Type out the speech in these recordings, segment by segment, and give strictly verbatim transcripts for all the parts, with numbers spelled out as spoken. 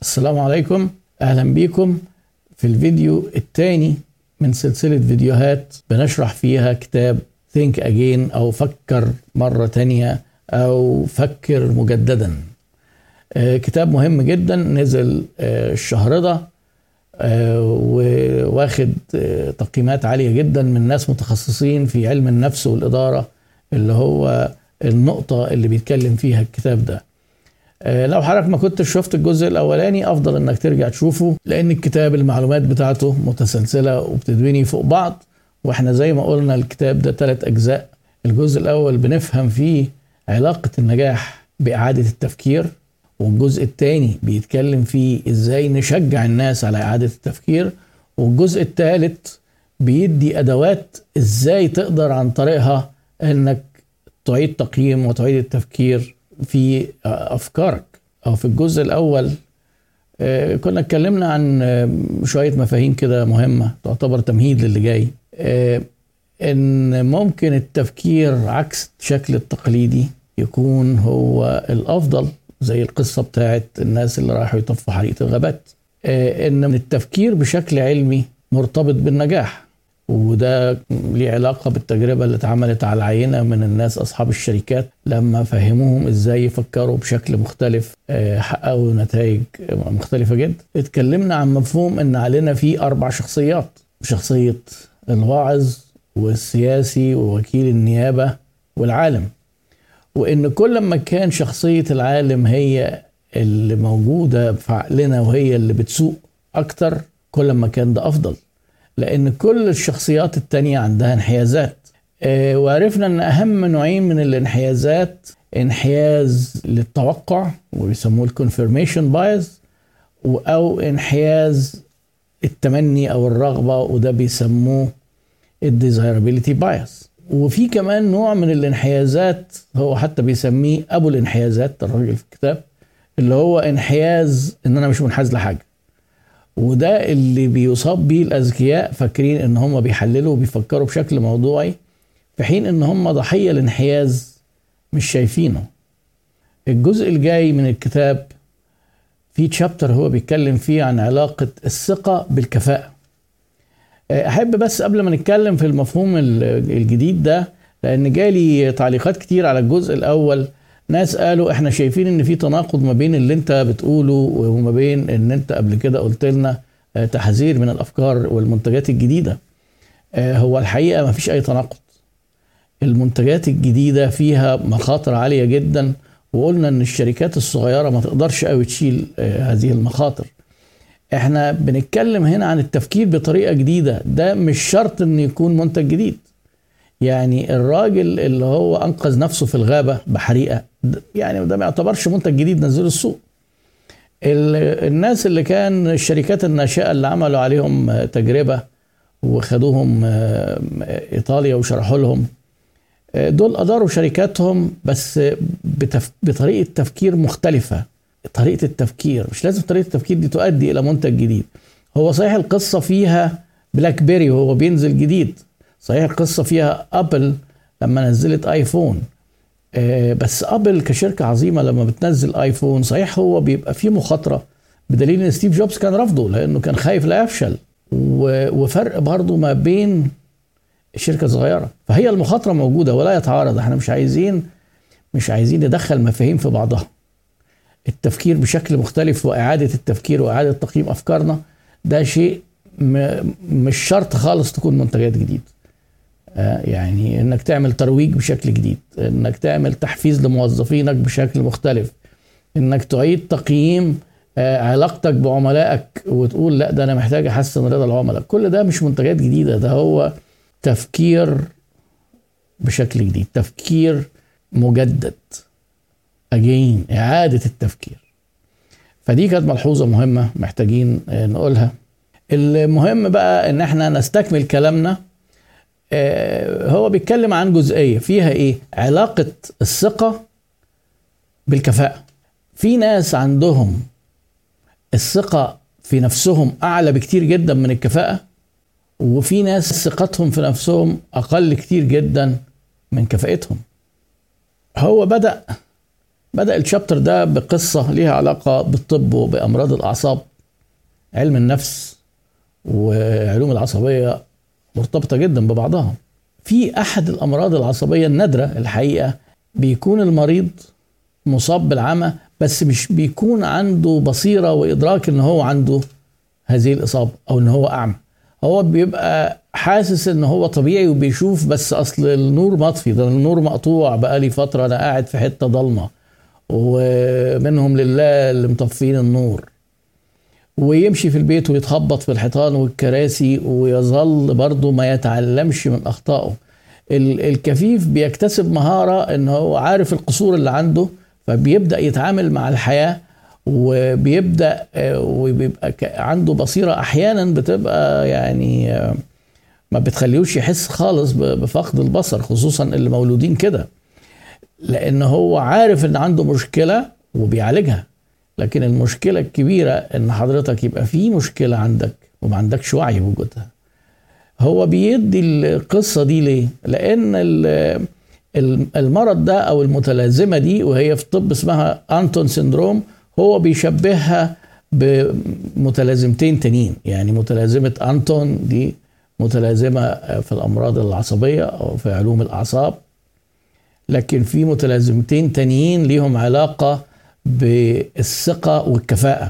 السلام عليكم، أهلا بكم في الفيديو الثاني من سلسلة فيديوهات بنشرح فيها كتاب Think Again أو فكر مرة تانية أو فكر مجددا. آه كتاب مهم جدا، نزل آه الشهر ده آه وواخد آه تقييمات عالية جدا من ناس متخصصين في علم النفس والإدارة، اللي هو النقطة اللي بيتكلم فيها الكتاب ده. لو حضرتك ما كنتش شفت الجزء الاولاني افضل انك ترجع تشوفه، لان الكتاب المعلومات بتاعته متسلسله وبتدويني فوق بعض. واحنا زي ما قلنا الكتاب ده ثلاث اجزاء. الجزء الاول بنفهم فيه علاقه النجاح باعاده التفكير، والجزء الثاني بيتكلم فيه ازاي نشجع الناس على اعاده التفكير، والجزء الثالث بيدي ادوات ازاي تقدر عن طريقها انك تعيد تقييم وتعيد التفكير في أفكارك. أو في الجزء الأول كنا اتكلمنا عن شوية مفاهيم كده مهمة تعتبر تمهيد للي جاي، إن ممكن التفكير عكس الشكل التقليدي يكون هو الأفضل، زي القصة بتاعت الناس اللي راحوا يطفوا حريقة الغابات. إن التفكير بشكل علمي مرتبط بالنجاح، وده ليه علاقة بالتجربة اللي اتعملت على العينة من الناس أصحاب الشركات لما فهموهم إزاي يفكروا بشكل مختلف حققوا نتائج مختلفة جدا. اتكلمنا عن مفهوم إن علينا فيه أربع شخصيات: شخصية الواعظ والسياسي ووكيل النيابة والعالم، وإن كل ما كان شخصية العالم هي اللي موجودة في عقلنا وهي اللي بتسوق أكتر، كل ما كان ده أفضل، لأن كل الشخصيات التانية عندها انحيازات. اه وعرفنا أن أهم نوعين من الانحيازات انحياز للتوقع ويسموه الكونفيرميشن بايز، أو انحياز التمني أو الرغبة وده بيسموه الديزايرابيليتي بايز. وفي كمان نوع من الانحيازات هو حتى بيسميه أبو الانحيازات الراجل في الكتاب، اللي هو انحياز إن أنا مش منحاز لحاجة، وده اللي بيصاب بيه الأذكياء، فاكرين ان هم بيحللوا وبيفكروا بشكل موضوعي في حين ان هم ضحية الانحياز مش شايفينه. الجزء الجاي من الكتاب في تشابتر هو بيتكلم فيه عن علاقة الثقة بالكفاءة. احب بس قبل ما نتكلم في المفهوم الجديد ده، لان جالي تعليقات كتير على الجزء الاول، ناس قالوا احنا شايفين ان في تناقض ما بين اللي انت بتقوله وما بين ان انت قبل كده قلت لنا تحذير من الافكار والمنتجات الجديدة. هو الحقيقة ما فيش اي تناقض. المنتجات الجديدة فيها مخاطر عالية جدا، وقلنا ان الشركات الصغيرة ما تقدرش قوي تشيل هذه المخاطر. احنا بنتكلم هنا عن التفكير بطريقة جديدة، ده مش شرط ان يكون منتج جديد. يعني الراجل اللي هو أنقذ نفسه في الغابة بحريقة، يعني ده ما يعتبرش منتج جديد نزله السوق. الناس اللي كان الشركات الناشئة اللي عملوا عليهم تجربة وخدوهم إيطاليا وشرحوا لهم، دول أداروا شركاتهم بس بطريقة تفكير مختلفة. طريقة التفكير مش لازم طريقة التفكير دي تؤدي إلى منتج جديد. هو صحيح القصة فيها بلاك بيري وهو بينزل جديد، صحيح القصة فيها أبل لما نزلت آيفون، آه بس أبل كشركة عظيمة لما بتنزل آيفون صحيح هو بيبقى فيه مخاطرة، بدليل إن ستيف جوبز كان رفضه لأنه كان خايف لا يفشل، وفرق برضو ما بين الشركة صغيرة. فهي المخاطرة موجودة ولا يتعارض. احنا مش عايزين مش عايزين ندخل مفاهيم في بعضها. التفكير بشكل مختلف وإعادة التفكير وإعادة تقييم أفكارنا ده شيء مش شرط خالص تكون منتجات جديدة. يعني انك تعمل ترويج بشكل جديد، انك تعمل تحفيز لموظفينك بشكل مختلف، انك تعيد تقييم علاقتك بعملائك وتقول لا ده انا محتاج احسن رضا العملاء. كل ده مش منتجات جديدة، ده هو تفكير بشكل جديد، تفكير مجدد، أجين إعادة التفكير. فدي كانت ملحوظة مهمة محتاجين نقولها. المهم بقى ان احنا نستكمل كلامنا. هو بيتكلم عن جزئية فيها ايه؟ علاقة الثقة بالكفاءة. في ناس عندهم الثقة في نفسهم اعلى بكتير جدا من الكفاءة، وفي ناس ثقتهم في نفسهم اقل كتير جدا من كفاءتهم. هو بدأ بدأ الشابتر ده بقصة ليها علاقة بالطب وبأمراض الأعصاب. علم النفس وعلوم العصبية مرتبطة جدا ببعضها. في أحد الأمراض العصبية النادرة الحقيقة بيكون المريض مصاب بالعمى، بس مش بيكون عنده بصيرة وإدراك إن هو عنده هذه الإصابة أو إن هو أعمى. هو بيبقى حاسس إن هو طبيعي وبيشوف، بس أصل النور مطفي، ده النور مقطوع بقالي فترة، أنا قاعد في حتة ضلمة ومنهم لله اللي مطفين النور. ويمشي في البيت ويتخبط في الحيطان والكراسي ويظل برضه ما يتعلمش من أخطائه. الكفيف بيكتسب مهارة إن هو عارف القصور اللي عنده، فبيبدأ يتعامل مع الحياة وبيبدأ وبيبقى عنده بصيرة أحيانا بتبقى يعني ما بتخليهوش يحس خالص بفقد البصر، خصوصا اللي مولودين كده، لأن هو عارف إن عنده مشكلة وبيعالجها. لكن المشكلة الكبيرة إن حضرتك يبقى في مشكلة عندك وما عندكش وعي بوجودها. هو بيدي القصة دي ليه؟ لأن المرض ده أو المتلازمة دي، وهي في الطب اسمها أنتون سيندروم، هو بيشبهها بمتلازمتين تانيين. يعني متلازمة أنتون دي متلازمة في الأمراض العصبية أو في علوم الأعصاب، لكن في متلازمتين تانيين ليهم علاقة بالثقة والكفاءة.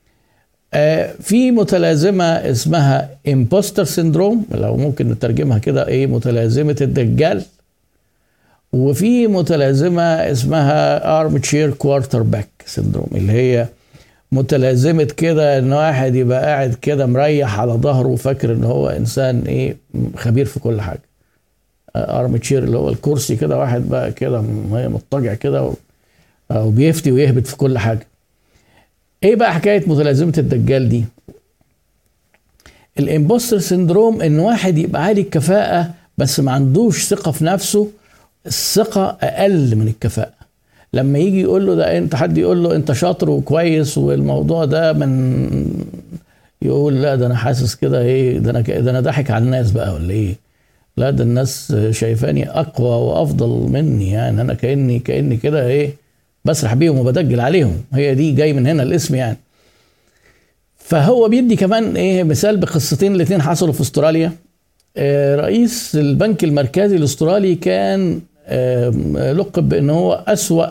في متلازمة اسمها imposter syndrome، لو ممكن نترجمها كده ايه، متلازمة الدجال. وفي متلازمة اسمها armchair quarterback syndrome، اللي هي متلازمة كده ان واحد يبقى قاعد كده مريح على ظهره وفاكر ان هو انسان ايه خبير في كل حاجة. armchair اللي هو الكرسي كده، واحد بقى كده مضطجع كده وبيفتي ويهبط في كل حاجة. ايه بقى حكاية متلازمة الدجال دي؟ الامبوستر سيندروم ان واحد يبقى عالي الكفاءة بس ما عندوش ثقة في نفسه، الثقة اقل من الكفاءة. لما يجي يقول له ده انت، حد يقول له انت شاطر وكويس والموضوع ده من، يقول لا ده انا حاسس كده ايه، ده انا ده انا ضحك على الناس بقى ولا ايه؟ لا ده الناس شايفاني اقوى وافضل مني، يعني انا كاني كاني كده ايه بسرح بيهم وبدجل عليهم. هي دي جاي من هنا الاسم يعني. فهو بيدي كمان ايه مثال بقصتين الاثنين حصلوا في استراليا. آه رئيس البنك المركزي الاسترالي كان آه لقب بان هو اسوأ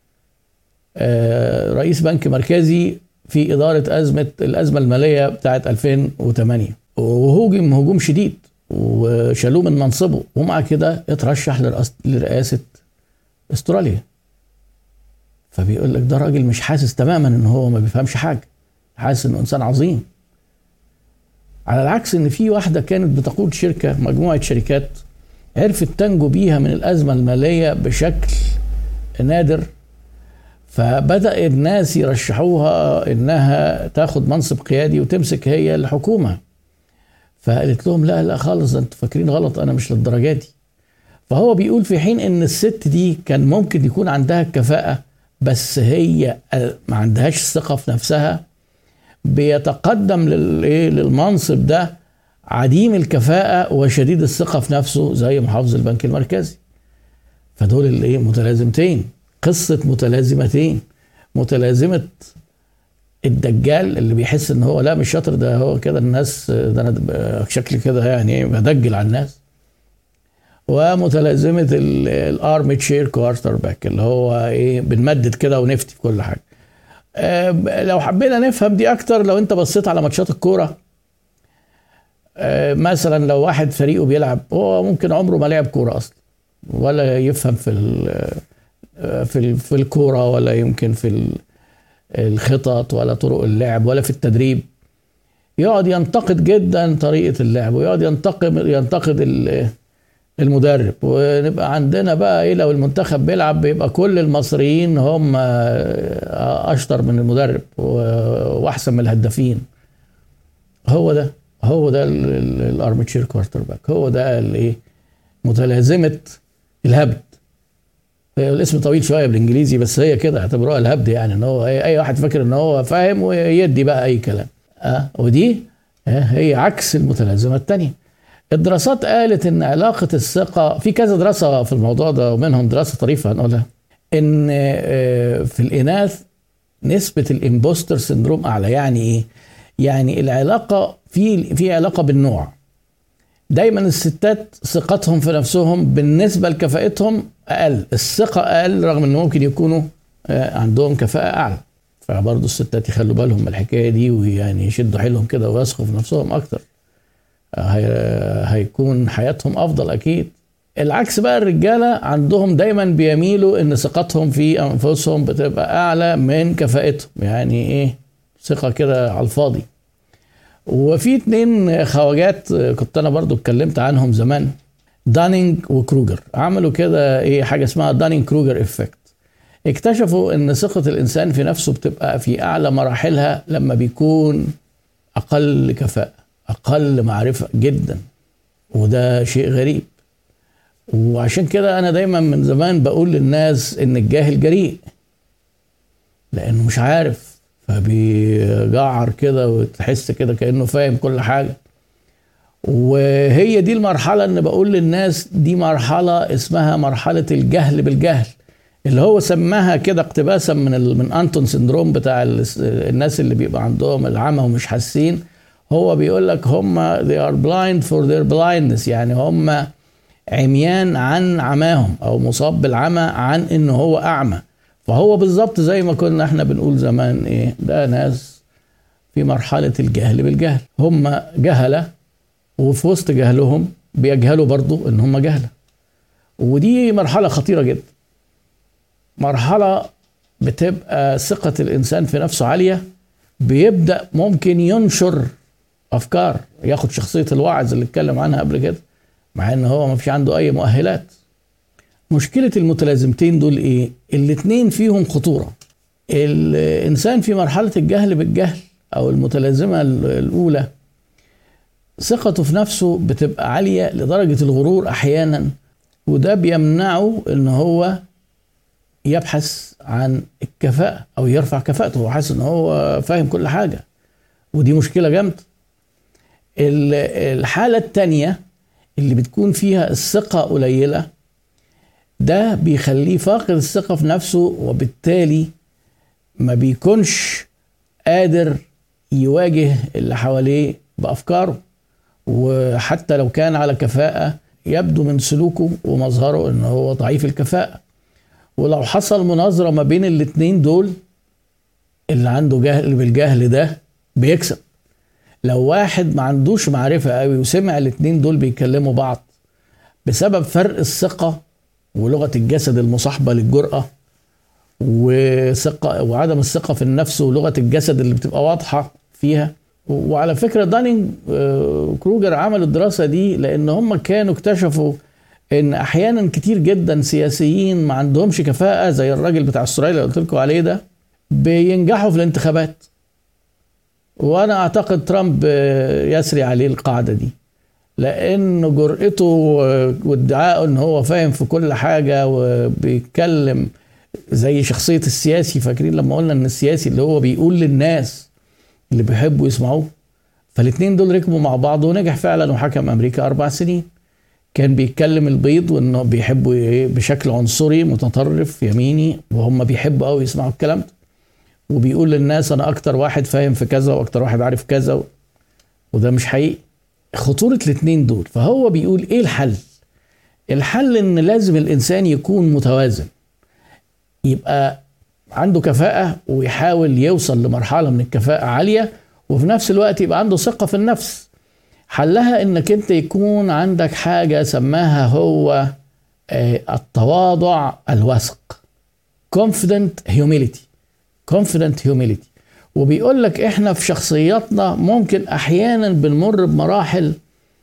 آه رئيس بنك مركزي في اداره ازمه الازمه الماليه بتاعه ألفين وثمانية، وهجم هجوم شديد وشالوه من منصبه، ومع كده اترشح لرئاسه استراليا. فبيقول لك ده راجل مش حاسس تماما ان هو ما بيفهمش حاجه، حاسس انه انسان عظيم. على العكس ان في واحده كانت بتقود شركه، مجموعه شركات، عرفت تنجو بيها من الازمه الماليه بشكل نادر، فبدأ الناس يرشحوها انها تاخد منصب قيادي وتمسك هي الحكومه. فقالت لهم لا لا خالص، انتوا فاكرين غلط، انا مش للدرجه دي. فهو بيقول في حين ان الست دي كان ممكن يكون عندها الكفاءه بس هي ما عندهاش الثقة في نفسها، بيتقدم للمنصب ده عديم الكفاءة وشديد الثقة في نفسه زي محافظ البنك المركزي. فدول الايه متلازمتين، قصة متلازمتين. متلازمة الدجال اللي بيحس ان هو لا مش شاطر، ده هو كده الناس، ده انا شكلي كده يعني بدجل على الناس. ومتلازمة الارم تشير كوارتر باك اللي هو ايه بنمدد كده ونفتي في كل حاجة. أه لو حبينا نفهم دي اكتر، لو انت بصيت على ماتشات الكورة، أه مثلا لو واحد فريقه بيلعب، هو ممكن عمره ما لعب كورة اصلا ولا يفهم في في في الكورة، ولا يمكن في الخطط ولا طرق اللعب ولا في التدريب. يقعد ينتقد جدا طريقة اللعب ويقعد ينتقد ينتقد المدرب. ونبقى عندنا بقى ايه، لو المنتخب بيلعب بيبقى كل المصريين هم اشطر من المدرب واحسن من الهدافين. هو ده هو ده الارمتشير كوارتر باك، هو ده الايه متلازمة الهبد. الاسم طويل شويه بالانجليزي بس هي كده اعتبروها الهبد، يعني ان هو اي واحد فاكر ان هو فاهم ويدي بقى اي كلام. اه ودي هي عكس المتلازمه الثانيه. الدراسات قالت ان علاقه الثقه، في كذا دراسه في الموضوع ده ومنهم دراسه طريفه هنقولها، ان في الاناث نسبة الامبوستر سندروم اعلى. يعني ايه؟ يعني العلاقة في في علاقة بالنوع. دايما الستات ثقتهم في نفسهم بالنسبة لكفاءتهم اقل، الثقة اقل رغم ان ممكن يكونوا عندهم كفاءة اعلى. فبرضه الستات يخلوا بالهم من الحكاية دي، ويعني يشدوا حيلهم كده ويثقوا في نفسهم اكتر، هي... هيكون حياتهم افضل اكيد. العكس بقى، الرجالة عندهم دايما بيميلوا ان ثقتهم في انفسهم بتبقى اعلى من كفاءتهم، يعني ايه، ثقة كده على الفاضي. وفي اتنين خواجات كنت انا برضو اتكلمت عنهم زمان، دانينج وكروجر، عملوا كده ايه حاجة اسمها دانينج كروجر افكت. اكتشفوا ان ثقة الانسان في نفسه بتبقى في اعلى مراحلها لما بيكون اقل كفاءة، اقل معرفة جدا، وده شيء غريب. وعشان كده انا دايما من زمان بقول للناس ان الجاهل جريء، لانه مش عارف فبيجعر كده وتحس كده كأنه فاهم كل حاجة. وهي دي المرحلة اللي بقول للناس دي مرحلة اسمها مرحلة الجهل بالجهل، اللي هو سماها كده اقتباسا من ال... من أنتون سندروم بتاع الناس اللي بيبقى عندهم العمى ومش حاسين. هو بيقول لك هم they are blind for their blindness، يعني هم عميان عن عماهم او مصاب بالعمى عن انه هو اعمى. فهو بالظبط زي ما كنا احنا بنقول زمان ايه، ده ناس في مرحلة الجهل بالجهل، هم جهلة وفي وسط جهلهم بيجهلوا برضو ان هم جهلة. ودي مرحلة خطيرة جدا، مرحلة بتبقى ثقة الانسان في نفسه عالية، بيبدأ ممكن ينشر افكار، ياخد شخصية الواعظ اللي اتكلم عنها قبل كده، مع ان هو ما فيش عنده اي مؤهلات. مشكلة المتلازمتين دول ايه؟ الاتنين فيهم خطورة. الانسان في مرحلة الجهل بالجهل او المتلازمة الاولى ثقته في نفسه بتبقى عالية لدرجة الغرور احيانا، وده بيمنعه ان هو يبحث عن الكفاءة او يرفع كفاءته، هو حاسس ان هو فاهم كل حاجة، ودي مشكلة جامدة. الحالة التانية اللي بتكون فيها الثقة قليلة، ده بيخليه فاقد الثقة في نفسه، وبالتالي ما بيكونش قادر يواجه اللي حواليه بأفكاره، وحتى لو كان على كفاءة يبدو من سلوكه ومظهره انه هو ضعيف الكفاءة. ولو حصل مناظرة ما بين الاتنين دول، اللي عنده جهل بالجهل ده بيكسب. لو واحد ما عندوش معرفة قوي وسمع الاتنين دول بيكلموا بعض، بسبب فرق الثقة ولغة الجسد المصاحبة للجرأة وثقة وعدم الثقة في النفس ولغة الجسد اللي بتبقى واضحة فيها. وعلى فكرة دانينج كروجر عمل الدراسة دي لأن هم كانوا اكتشفوا إن أحيانا كتير جدا سياسيين ما عندهمش كفاءة، زي الراجل بتاع استراليا اللي قلت لكم عليه ده، بينجحوا في الانتخابات. وأنا أعتقد ترامب يسري عليه القاعدة دي، لأن جرأته وادعائه إن هو فاهم في كل حاجة وبيتكلم زي شخصية السياسي. فاكرين لما قلنا إن السياسي اللي هو بيقول للناس اللي بيحبوا يسمعوه؟ فالاتنين دول ركبوا مع بعض ونجح فعلا وحكم أمريكا أربع سنين. كان بيتكلم البيض وإنه بيحبوا إيه بشكل عنصري متطرف يميني، وهم بيحبوا قوي يسمعوا الكلام ده، وبيقول للناس أنا أكتر واحد فاهم في كذا وأكتر واحد عارف كذا و... وده مش حقيقي. خطورة الاتنين دول. فهو بيقول إيه الحل؟ الحل إن لازم الإنسان يكون متوازن، يبقى عنده كفاءة ويحاول يوصل لمرحلة من الكفاءة عالية، وفي نفس الوقت يبقى عنده ثقة في النفس. حلها إنك أنت يكون عندك حاجة سماها هو التواضع الواثق، confident humility confident humility. وبيقول لك إحنا في شخصياتنا ممكن أحيانا بنمر بمراحل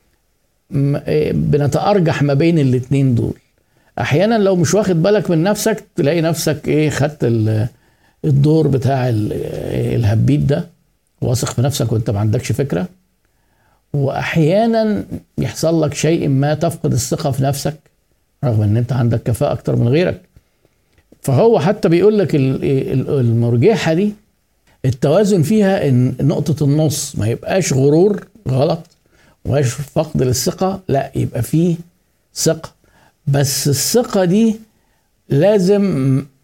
بنتأرجح ما بين الاتنين دول. احيانا لو مش واخد بالك من نفسك تلاقي نفسك ايه خدت الدور بتاع الهبيت ده، واثق في نفسك وانت ما عندكش فكرة. واحيانا يحصل لك شيء ما تفقد الثقة في نفسك رغم ان انت عندك كفاءة اكتر من غيرك. فهو حتى بيقول لك المرجحة دي التوازن فيها ان نقطة النص ما يبقاش غرور غلط وماش فقد للثقة، لا يبقى فيه ثقة، بس الثقة دي لازم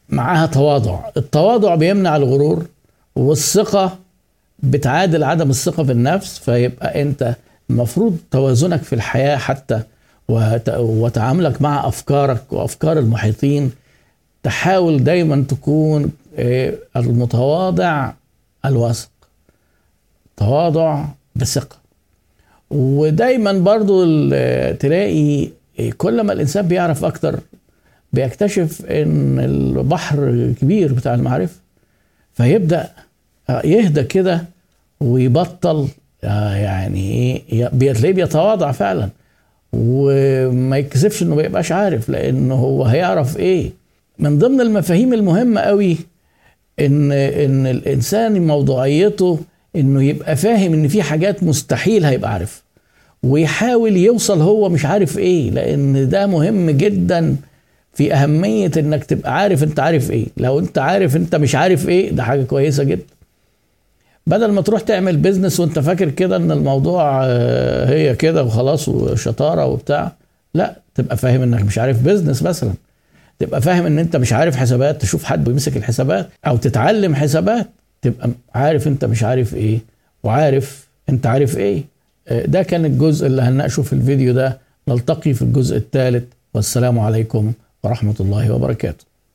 معاها تواضع. التواضع بيمنع الغرور، والثقة بتعادل عدم الثقة في النفس. فيبقى انت المفروض توازنك في الحياة حتى وتعاملك مع أفكارك وأفكار المحيطين، تحاول دايما تكون المتواضع الواثق، تواضع بثقة. ودايما برضو تلاقي كل ما الإنسان بيعرف أكتر بيكتشف إن البحر كبير بتاع المعرفة، فيبدأ يهدى كده ويبطل يعني ايه، بيتلاقيه بيتواضع فعلا وما يكسفش انه ما يبقاش عارف، لانه هو هيعرف ايه. من ضمن المفاهيم المهمة قوي ان ان الانسان موضوعيته انه يبقى فاهم ان في حاجات مستحيل هيبقى عارف، ويحاول يوصل هو مش عارف ايه، لان ده مهم جدا في اهمية انك تبقى عارف انت عارف ايه. لو انت عارف انت مش عارف ايه، ده حاجة كويسة جدا. بدل ما تروح تعمل بيزنس وانت فاكر كده ان الموضوع هي كده وخلاص وشطارة وبتاع، لا، تبقى فاهم انك مش عارف بيزنس مثلا، تبقى فاهم ان انت مش عارف حسابات، تشوف حد بيمسك الحسابات او تتعلم حسابات، تبقى عارف انت مش عارف ايه وعارف انت عارف ايه. ده كان الجزء اللي هنناقشه في الفيديو ده. نلتقي في الجزء الثالث، والسلام عليكم ورحمة الله وبركاته.